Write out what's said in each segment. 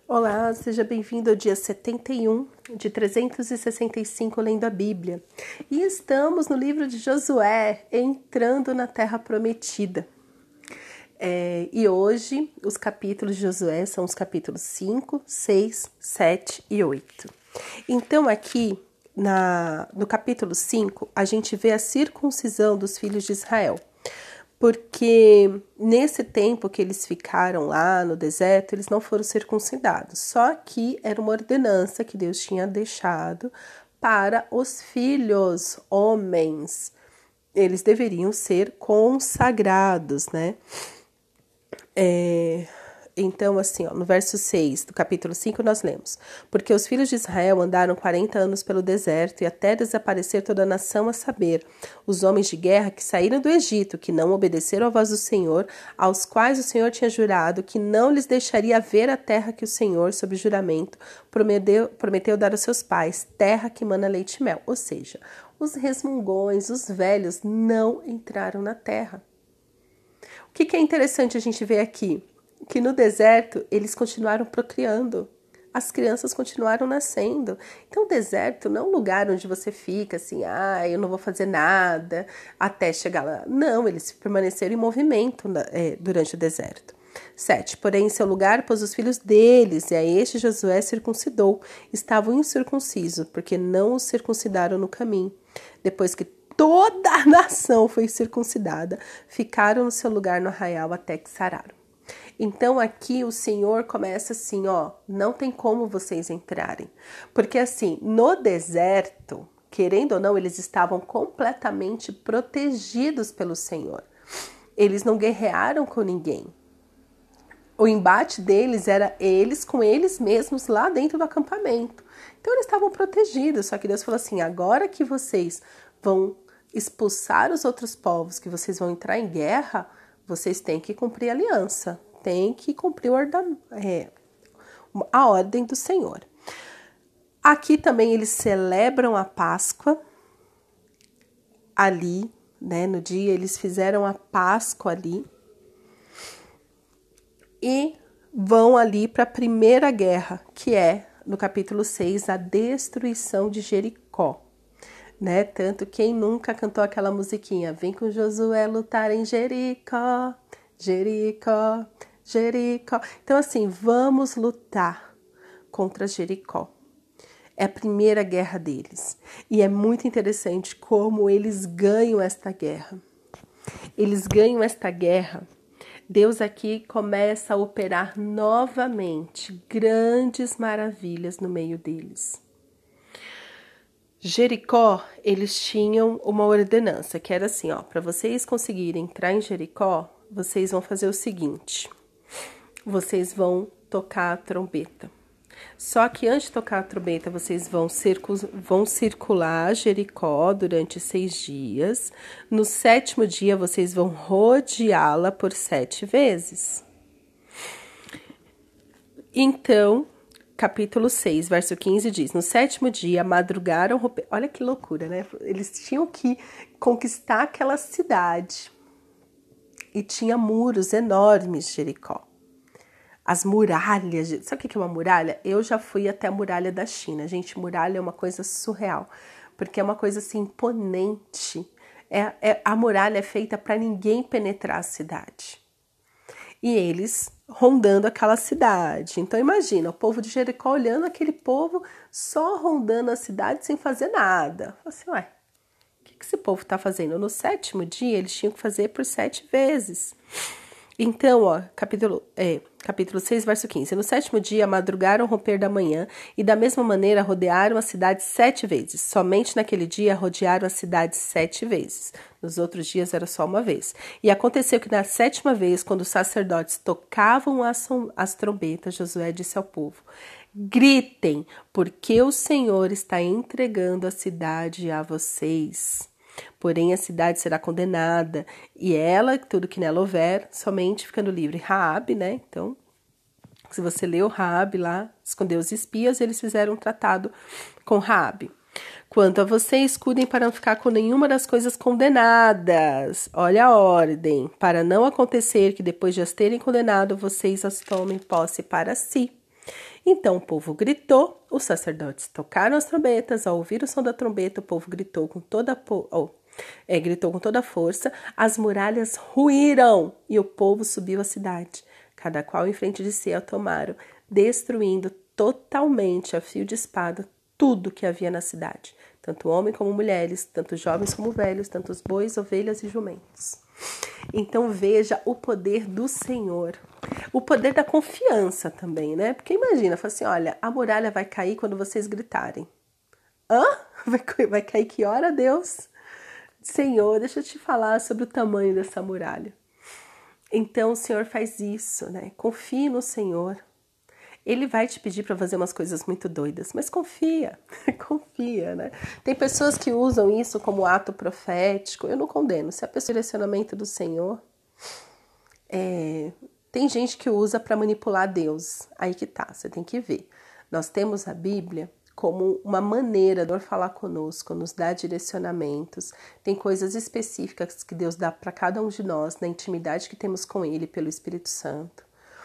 Olá, seja bem-vindo ao dia 71 de 365 lendo a Bíblia. E estamos no livro de Josué, entrando na Terra Prometida. E hoje os capítulos de Josué são os capítulos 5, 6, 7 e 8. Então aqui no capítulo 5 a gente vê a circuncisão dos filhos de Israel. Porque nesse tempo que eles ficaram lá no deserto, eles não foram circuncidados. Só que era uma ordenança que Deus tinha deixado para os filhos homens. Eles deveriam ser consagrados, né? Então, assim, no verso 6 do capítulo 5 nós lemos: Porque os filhos de Israel andaram 40 anos pelo deserto e até desaparecer toda a nação, a saber, os homens de guerra que saíram do Egito, que não obedeceram à voz do Senhor, aos quais o Senhor tinha jurado que não lhes deixaria ver a terra que o Senhor, sob juramento, prometeu dar aos seus pais, terra que mana leite e mel. Ou seja, os resmungões, os velhos, não entraram na terra. O que é interessante a gente ver aqui? Que no deserto eles continuaram procriando, as crianças continuaram nascendo. Então o deserto não é um lugar onde você fica assim, eu não vou fazer nada até chegar lá. Não, eles permaneceram em movimento durante o deserto. 7. Porém, em seu lugar pôs os filhos deles, e a este Josué circuncidou. Estavam incircuncisos, porque não os circuncidaram no caminho. Depois que toda a nação foi circuncidada, ficaram no seu lugar no arraial até que sararam. Então aqui o Senhor começa assim, não tem como vocês entrarem. Porque assim, no deserto, querendo ou não, eles estavam completamente protegidos pelo Senhor. Eles não guerrearam com ninguém. O embate deles era eles com eles mesmos lá dentro do acampamento. Então eles estavam protegidos, só que Deus falou assim, agora que vocês vão expulsar os outros povos, que vocês vão entrar em guerra, vocês têm que cumprir a aliança. Tem que cumprir a ordem do Senhor. Aqui também eles celebram a Páscoa. Ali, né, no dia, eles fizeram a Páscoa ali. E vão ali para a primeira guerra, que é, no capítulo 6, a destruição de Jericó. Né? Tanto quem nunca cantou aquela musiquinha, vem com Josué lutar em Jericó, Jericó, Jericó. Então assim, vamos lutar contra Jericó. É a primeira guerra deles. E é muito interessante como eles ganham esta guerra. Eles ganham esta guerra. Deus aqui começa a operar novamente grandes maravilhas no meio deles. Jericó, eles tinham uma ordenança que era assim, para vocês conseguirem entrar em Jericó, vocês vão fazer o seguinte, vocês vão tocar a trombeta. Só que antes de tocar a trombeta, vocês vão circular Jericó durante 6 dias. No 7º dia, vocês vão rodeá-la por 7 vezes. Então, capítulo 6, verso 15 diz, no 7º dia madrugaram, olha que loucura, né? Eles tinham que conquistar aquela cidade. E tinha muros enormes de Jericó. As muralhas, sabe o que é uma muralha? Eu já fui até a muralha da China. Gente, muralha é uma coisa surreal, porque é uma coisa assim imponente. A muralha é feita para ninguém penetrar a cidade. E eles rondando aquela cidade. Então imagina, o povo de Jericó olhando aquele povo só rondando a cidade sem fazer nada. Assim, o que esse povo está fazendo? No 7º dia eles tinham que fazer por 7 vezes. Então, capítulo 6, verso 15. No 7º dia madrugaram ao romper da manhã e da mesma maneira rodearam a cidade 7 vezes. Somente naquele dia rodearam a cidade 7 vezes. Nos outros dias era só uma vez. E aconteceu que na 7ª vez, quando os sacerdotes tocavam as trombetas, Josué disse ao povo, gritem, porque o Senhor está entregando a cidade a vocês. Porém, a cidade será condenada, e ela, tudo que nela houver, somente ficando livre. Raabe, né? Então, se você leu Raabe lá, escondeu os espias, eles fizeram um tratado com Raabe. Quanto a vocês, cuidem para não ficar com nenhuma das coisas condenadas. Olha a ordem, para não acontecer que depois de as terem condenado, vocês as tomem posse para si. Então o povo gritou, os sacerdotes tocaram as trombetas, ao ouvir o som da trombeta, o povo gritou com toda a força, as muralhas ruíram e o povo subiu à cidade. Cada qual em frente de si a tomaram, destruindo totalmente a fio de espada tudo que havia na cidade, tanto homens como mulheres, tanto jovens como velhos, tanto os bois, ovelhas e jumentos. Então veja o poder do Senhor, o poder da confiança também, né? Porque imagina, fala assim, olha, a muralha vai cair quando vocês gritarem. Hã? Vai cair que hora, Deus? Senhor, deixa eu te falar sobre o tamanho dessa muralha. Então o Senhor faz isso, né? Confie no Senhor. Ele vai te pedir para fazer umas coisas muito doidas, mas confia, confia, né? Tem pessoas que usam isso como ato profético, eu não condeno. Se é o direcionamento do Senhor, tem gente que usa para manipular Deus. Aí que tá, você tem que ver. Nós temos a Bíblia como uma maneira de falar conosco, nos dar direcionamentos. Tem coisas específicas que Deus dá para cada um de nós, na intimidade que temos com Ele pelo Espírito Santo.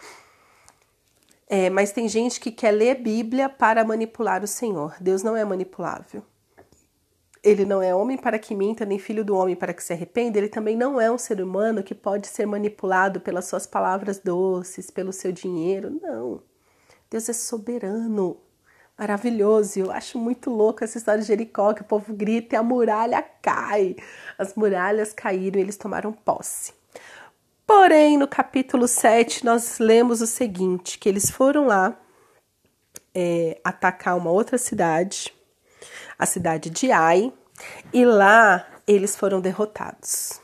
Mas tem gente que quer ler Bíblia para manipular o Senhor. Deus não é manipulável. Ele não é homem para que minta, nem filho do homem para que se arrependa. Ele também não é um ser humano que pode ser manipulado pelas suas palavras doces, pelo seu dinheiro. Não. Deus é soberano, maravilhoso. Eu acho muito louco essa história de Jericó, que o povo grita e a muralha cai. As muralhas caíram e eles tomaram posse. Porém, no capítulo 7, nós lemos o seguinte, que eles foram lá atacar uma outra cidade, a cidade de Ai, e lá eles foram derrotados.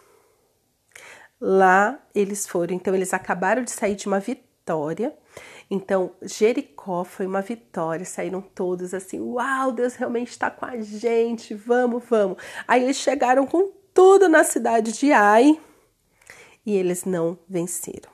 Então eles acabaram de sair de uma vitória. Então, Jericó foi uma vitória, saíram todos assim, uau, Deus realmente está com a gente, vamos. Aí eles chegaram com tudo na cidade de Ai, e eles não venceram.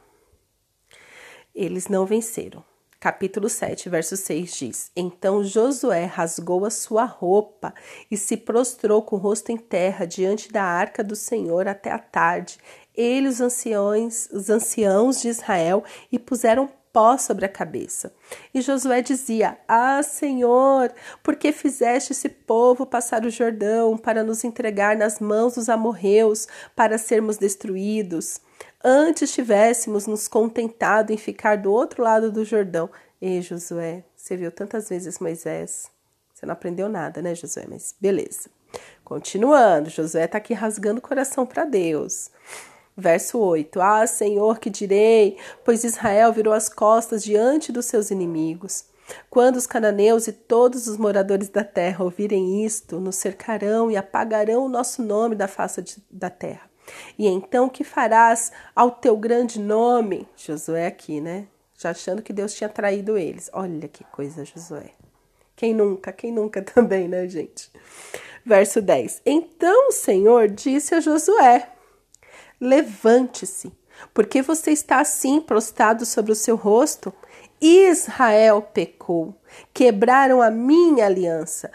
Capítulo 7, verso 6 diz: Então Josué rasgou a sua roupa e se prostrou com o rosto em terra diante da arca do Senhor até a tarde. Ele, os anciãos de Israel, e puseram pó sobre a cabeça. E Josué dizia: Ah, Senhor, por que fizeste esse povo passar o Jordão para nos entregar nas mãos dos amorreus para sermos destruídos? Antes tivéssemos nos contentado em ficar do outro lado do Jordão. Ei, Josué, você viu tantas vezes Moisés. Você não aprendeu nada, né, Josué? Mas beleza. Continuando, Josué está aqui rasgando o coração para Deus. Verso 8. Ah, Senhor, que direi? Pois Israel virou as costas diante dos seus inimigos. Quando os cananeus e todos os moradores da terra ouvirem isto, nos cercarão e apagarão o nosso nome da face da terra. E então o que farás ao teu grande nome? Josué aqui, né? Já achando que Deus tinha traído eles. Olha que coisa, Josué. Quem nunca também, né, gente? Verso 10. Então o Senhor disse a Josué: Levante-se, porque você está assim prostrado sobre o seu rosto? Israel pecou, quebraram a minha aliança,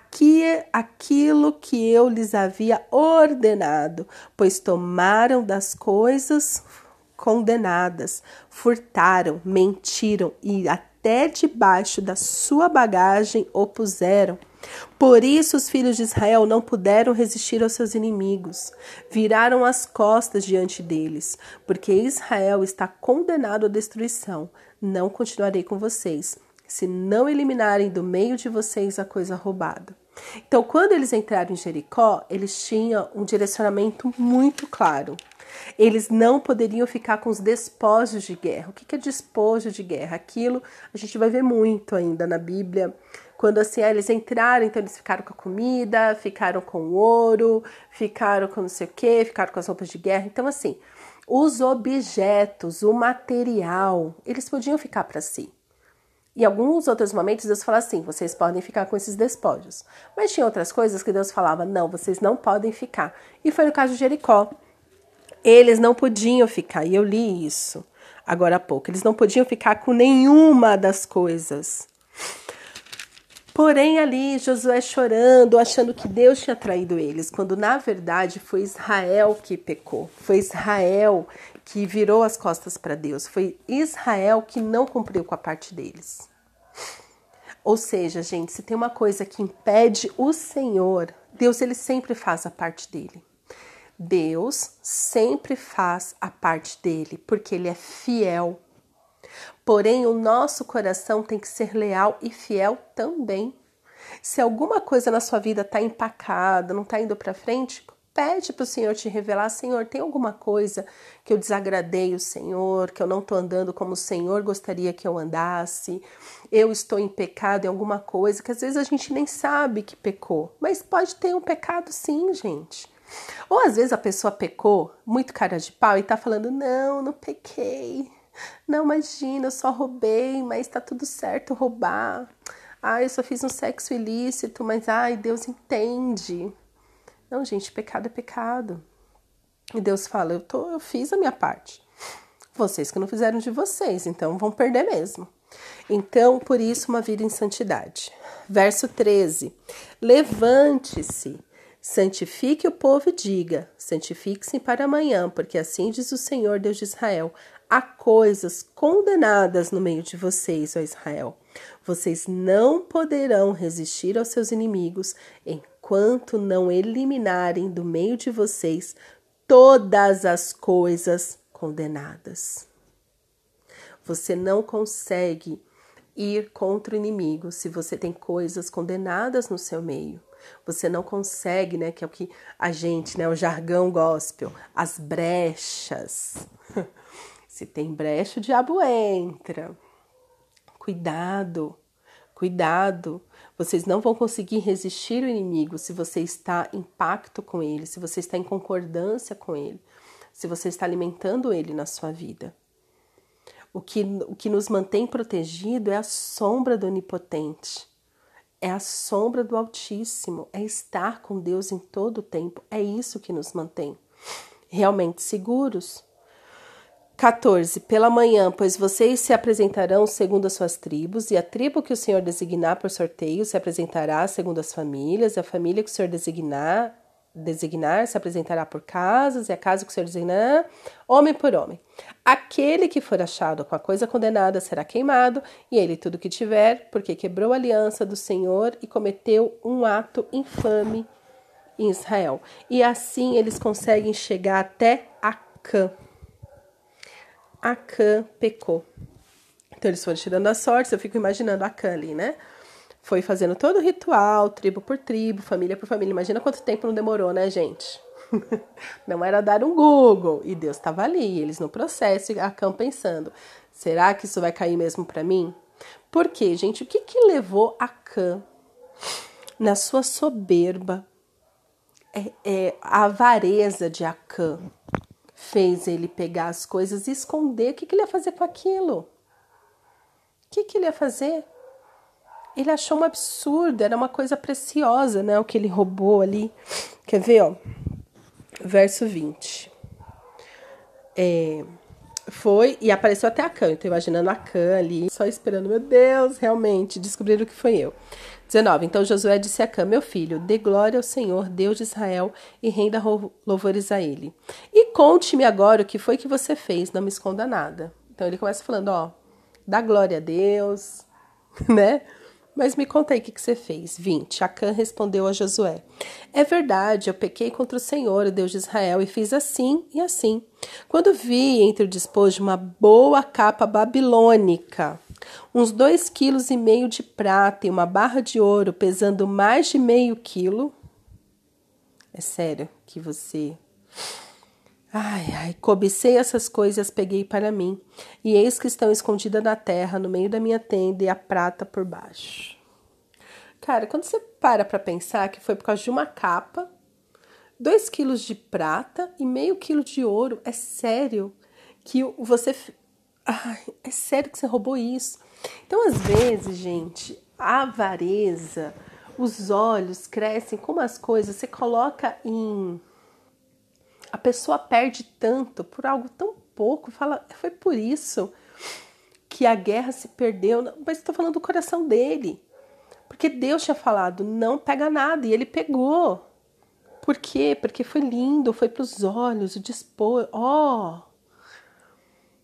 aquilo que eu lhes havia ordenado, pois tomaram das coisas condenadas, furtaram, mentiram e até debaixo da sua bagagem o puseram. Por isso os filhos de Israel não puderam resistir aos seus inimigos, viraram as costas diante deles, porque Israel está condenado à destruição. Não continuarei com vocês, se não eliminarem do meio de vocês a coisa roubada. Então, quando eles entraram em Jericó, eles tinham um direcionamento muito claro. Eles não poderiam ficar com os despojos de guerra. O que é despojo de guerra? Aquilo a gente vai ver muito ainda na Bíblia. Quando assim, eles entraram, então eles ficaram com a comida, ficaram com o ouro, ficaram com não sei o quê, ficaram com as roupas de guerra. Então assim, os objetos, o material, eles podiam ficar para si. Em alguns outros momentos Deus fala assim, vocês podem ficar com esses despojos. Mas tinha outras coisas que Deus falava, não, vocês não podem ficar. E foi no caso de Jericó. Eles não podiam ficar, e eu li isso agora há pouco, eles não podiam ficar com nenhuma das coisas. Porém ali Josué chorando, achando que Deus tinha traído eles, quando na verdade foi Israel que pecou, foi Israel que virou as costas para Deus, foi Israel que não cumpriu com a parte deles. Ou seja, gente, se tem uma coisa que impede o Senhor, Deus ele sempre faz a parte dele. Deus sempre faz a parte dele, porque ele é fiel. Porém, o nosso coração tem que ser leal e fiel também. Se alguma coisa na sua vida está empacada, não está indo para frente, pede para o Senhor te revelar: Senhor, tem alguma coisa que eu desagradei o Senhor, que eu não estou andando como o Senhor gostaria que eu andasse, eu estou em pecado em alguma coisa, que às vezes a gente nem sabe que pecou, mas pode ter um pecado sim, gente. Ou às vezes a pessoa pecou, muito cara de pau, e tá falando: não pequei, não, imagina, eu só roubei, mas tá tudo certo roubar. Ai, eu só fiz um sexo ilícito, mas ai, Deus entende. Não, gente, pecado é pecado. E Deus fala: eu fiz a minha parte. Vocês que não fizeram de vocês, então vão perder mesmo. Então, por isso, uma vida em santidade. Verso 13. Levante-se, santifique o povo e diga: santifique-se para amanhã, porque assim diz o Senhor, Deus de Israel: há coisas condenadas no meio de vocês, ó Israel. Vocês não poderão resistir aos seus inimigos enquanto não eliminarem do meio de vocês todas as coisas condenadas. Você não consegue ir contra o inimigo se você tem coisas condenadas no seu meio. Você não consegue, né, que é o que a gente, né, o jargão gospel, as brechas. Se tem brecha, o diabo entra. Cuidado, cuidado. Vocês não vão conseguir resistir ao inimigo se você está em pacto com ele, se você está em concordância com ele, se você está alimentando ele na sua vida. O que nos mantém protegido é a sombra do Onipotente, é a sombra do Altíssimo, é estar com Deus em todo o tempo. É isso que nos mantém realmente seguros. 14. Pela manhã, pois vocês se apresentarão segundo as suas tribos, e a tribo que o Senhor designar por sorteio se apresentará segundo as famílias, e a família que o Senhor designar se apresentará por casas, e a casa que o Senhor designar, homem por homem. Aquele que for achado com a coisa condenada será queimado, e ele tudo que tiver, porque quebrou a aliança do Senhor e cometeu um ato infame em Israel. E assim eles conseguem chegar até Acã. Acã pecou. Então eles foram tirando as sortes, eu fico imaginando Acã ali, né? Foi fazendo todo o ritual, tribo por tribo, família por família. Imagina quanto tempo não demorou, né, gente? Não era dar um Google. E Deus estava ali, eles no processo, e Acã pensando: será que isso vai cair mesmo para mim? Por quê, gente? O que levou Acã, na sua soberba, a avareza de Acã, fez ele pegar as coisas e esconder? O que ele ia fazer com aquilo? O que ele ia fazer? Ele achou um absurdo, era uma coisa preciosa, né? O que ele roubou ali. Quer ver, ó? Verso 20. Foi e apareceu até Acã. Estou imaginando Acã ali, só esperando. Meu Deus, realmente, descobriram que foi eu. 19. Então Josué disse a Acã: meu filho, dê glória ao Senhor, Deus de Israel, e renda louvores a ele. E conte-me agora o que foi que você fez, não me esconda nada. Então ele começa falando: ó, dá glória a Deus, né? Mas me conta aí o que você fez. 20. Acã respondeu a Josué: é verdade, eu pequei contra o Senhor, o Deus de Israel, e fiz assim e assim. Quando vi entre o despojo uma boa capa babilônica, uns 2,5 quilos de prata e uma barra de ouro pesando mais de meio quilo. É sério que você... Ai, cobicei essas coisas e as peguei para mim, e eis que estão escondidas na terra, no meio da minha tenda, e a prata por baixo. Cara, quando você para pensar que foi por causa de uma capa, 2 quilos de prata e meio quilo de ouro, é sério que você... Ai, é sério que você roubou isso? Então, às vezes, gente, a avareza, os olhos crescem com umas coisas, você coloca em... A pessoa perde tanto por algo tão pouco, fala, foi por isso que a guerra se perdeu. Mas estou falando do coração dele. Porque Deus tinha falado, não pega nada, e ele pegou. Por quê? Porque foi lindo, foi para os olhos, o dispor.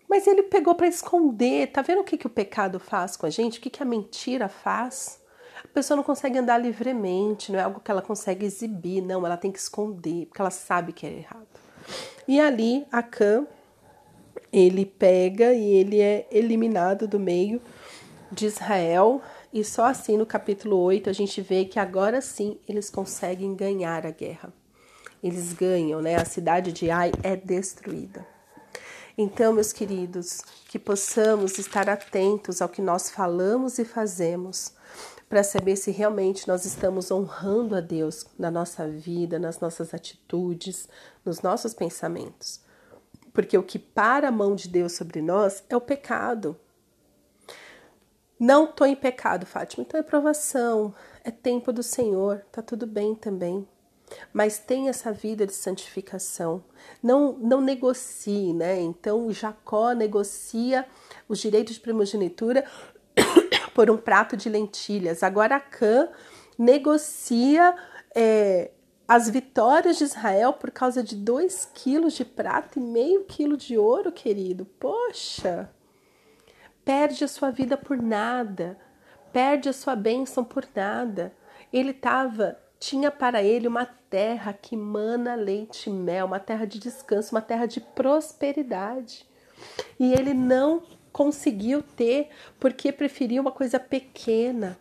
Mas ele pegou para esconder. Tá vendo o que o pecado faz com a gente? O que a mentira faz? A pessoa não consegue andar livremente, não é algo que ela consegue exibir, não, ela tem que esconder, porque ela sabe que é errado. E ali, Acã, ele pega e ele é eliminado do meio de Israel, e só assim no capítulo 8 a gente vê que agora sim eles conseguem ganhar a guerra. Eles ganham, né? A cidade de Ai é destruída. Então, meus queridos, que possamos estar atentos ao que nós falamos e fazemos, para saber se realmente nós estamos honrando a Deus na nossa vida, nas nossas atitudes, nos nossos pensamentos. Porque o que para a mão de Deus sobre nós é o pecado. Não estou em pecado, Fátima, então é provação, é tempo do Senhor, tá tudo bem também. Mas tem essa vida de santificação, não negocie, né? Então Jacó negocia os direitos de primogenitura por um prato de lentilhas. Agora Acã negocia as vitórias de Israel por causa de 2 quilos de prata e meio quilo de ouro, querido. Poxa! Perde a sua vida por nada, perde a sua bênção por nada. Ele tinha para ele uma terra que mana leite e mel, uma terra de descanso, uma terra de prosperidade. E ele não conseguiu ter porque preferiu uma coisa pequena.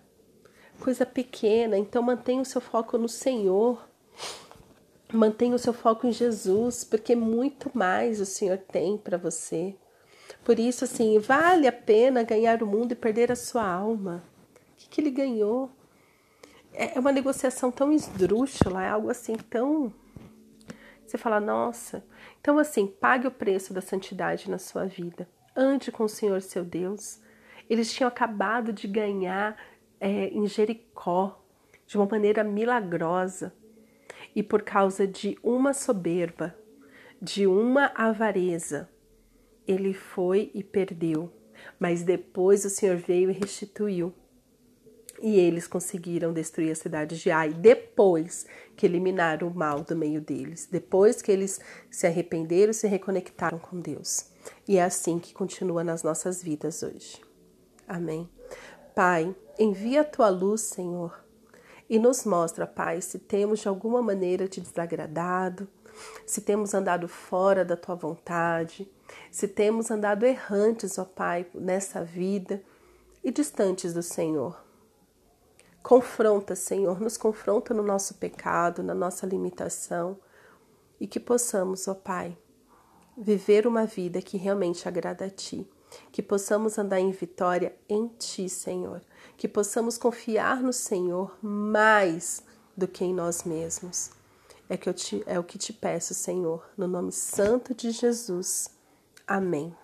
Então mantenha o seu foco no Senhor. Mantenha o seu foco em Jesus, porque muito mais o Senhor tem para você. Por isso, assim, vale a pena ganhar o mundo e perder a sua alma. O que ele ganhou? É uma negociação tão esdrúxula, é algo assim tão... Você fala, nossa. Então, assim, pague o preço da santidade na sua vida. Ande com o Senhor, seu Deus. Eles tinham acabado de ganhar em Jericó, de uma maneira milagrosa. E por causa de uma soberba, de uma avareza, ele foi e perdeu, mas depois o Senhor veio e restituiu. E eles conseguiram destruir a cidade de Ai, depois que eliminaram o mal do meio deles, depois que eles se arrependeram e se reconectaram com Deus. E é assim que continua nas nossas vidas hoje. Amém. Pai, envia a tua luz, Senhor, e nos mostra, Pai, se temos de alguma maneira te desagradado, se temos andado fora da tua vontade, se temos andado errantes, ó Pai, nessa vida e distantes do Senhor. Confronta, Senhor, nos confronta no nosso pecado, na nossa limitação e que possamos, ó Pai, viver uma vida que realmente agrada a Ti. Que possamos andar em vitória em Ti, Senhor. Que possamos confiar no Senhor mais do que em nós mesmos. É o que te peço, Senhor, no nome santo de Jesus. Amém.